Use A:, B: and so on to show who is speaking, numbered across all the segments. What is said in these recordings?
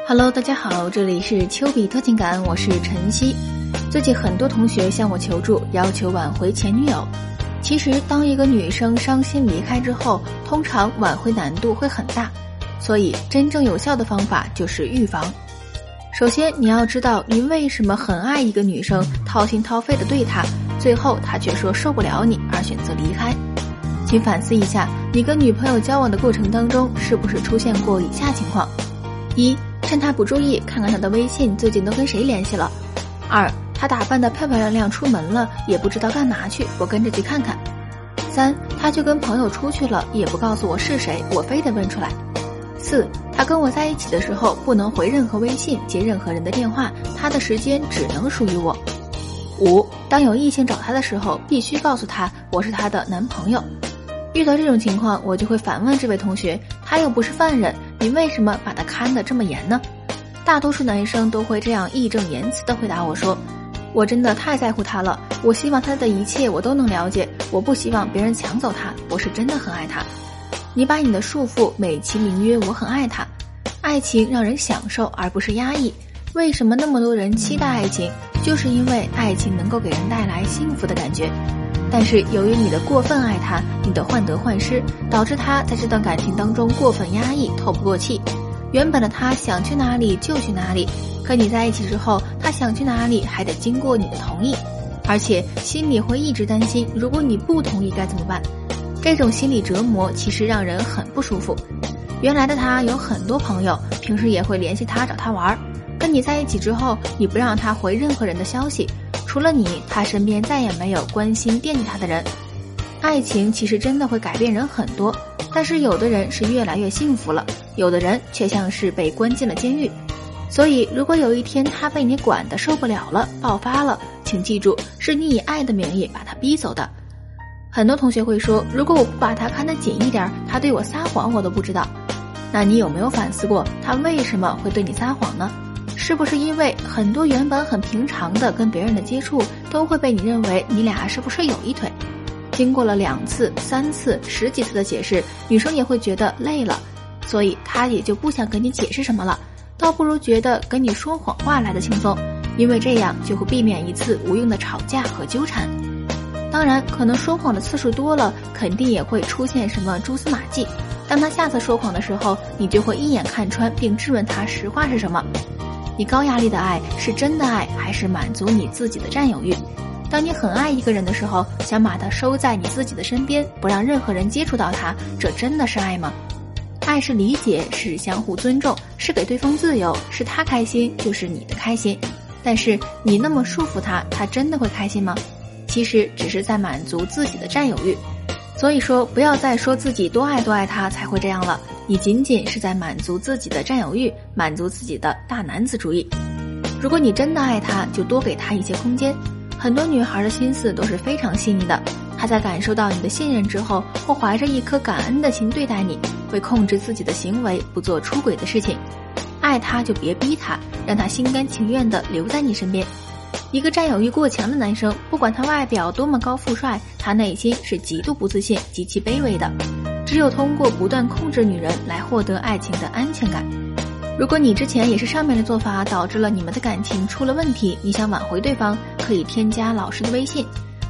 A: Hello， 大家好，这里是丘比特情感，我是晨曦。最近很多同学向我求助，要求挽回前女友。其实当一个女生伤心离开之后，通常挽回难度会很大，所以真正有效的方法就是预防。首先你要知道你为什么很爱一个女生，掏心掏肺的对她，最后她却说受不了你而选择离开。请反思一下，你跟女朋友交往的过程当中，是不是出现过以下情况：一、趁她不注意，看看她的微信最近都跟谁联系了；二、她打扮得漂漂亮亮出门了，也不知道干嘛去，我跟着去看看；三、她就跟朋友出去了，也不告诉我是谁，我非得问出来；四、她跟我在一起的时候不能回任何微信，接任何人的电话，她的时间只能属于我；五、当有异性找她的时候，必须告诉她我是她的男朋友。遇到这种情况，我就会反问这位同学，他又不是犯人，你为什么把他看得这么严呢？大多数男生都会这样义正言辞地回答我说，我真的太在乎他了，我希望他的一切我都能了解，我不希望别人抢走他，我是真的很爱他。你把你的束缚美其名曰我很爱他。爱情让人享受而不是压抑，为什么那么多人期待爱情？就是因为爱情能够给人带来幸福的感觉。但是由于你的过分爱他，你的患得患失，导致他在这段感情当中过分压抑，透不过气。原本的他想去哪里就去哪里，跟你在一起之后，他想去哪里还得经过你的同意，而且心里会一直担心，如果你不同意该怎么办？这种心理折磨其实让人很不舒服。原来的他有很多朋友，平时也会联系他找他玩，跟你在一起之后，你不让他回任何人的消息，除了你，他身边再也没有关心惦记他的人。爱情其实真的会改变人很多，但是有的人是越来越幸福了，有的人却像是被关进了监狱。所以如果有一天他被你管得受不了了，爆发了，请记住，是你以爱的名义把他逼走的。很多同学会说，如果我不把他看得紧一点，他对我撒谎我都不知道。那你有没有反思过，他为什么会对你撒谎呢？是不是因为很多原本很平常的跟别人的接触，都会被你认为你俩是不是有一腿？经过了2次、3次、10几次的解释，女生也会觉得累了，所以她也就不想跟你解释什么了，倒不如觉得跟你说谎话来的轻松，因为这样就会避免一次无用的吵架和纠缠。当然，可能说谎的次数多了，肯定也会出现什么蛛丝马迹。当他下次说谎的时候，你就会一眼看穿并质问他实话是什么。你高压力的爱是真的爱，还是满足你自己的占有欲？当你很爱一个人的时候，想把他收在你自己的身边，不让任何人接触到他，这真的是爱吗？爱是理解，是相互尊重，是给对方自由，是他开心就是你的开心。但是你那么束缚他，他真的会开心吗？其实只是在满足自己的占有欲。所以说，不要再说自己多爱多爱他才会这样了，你仅仅是在满足自己的占有欲，满足自己的大男子主义。如果你真的爱他，就多给他一些空间。很多女孩的心思都是非常细腻的，她在感受到你的信任之后，会怀着一颗感恩的心对待你，会控制自己的行为，不做出轨的事情。爱他就别逼他，让他心甘情愿地留在你身边。一个占有欲过强的男生，不管他外表多么高富帅，他内心是极度不自信、极其卑微的。只有通过不断控制女人来获得爱情的安全感。如果你之前也是上面的做法，导致了你们的感情出了问题，你想挽回对方，可以添加老师的微信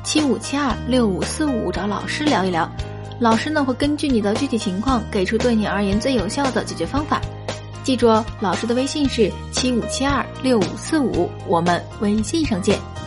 A: 75726545，找老师聊一聊。老师呢会根据你的具体情况，给出对你而言最有效的解决方法。记住哦，老师的微信是75726545，我们微信上见。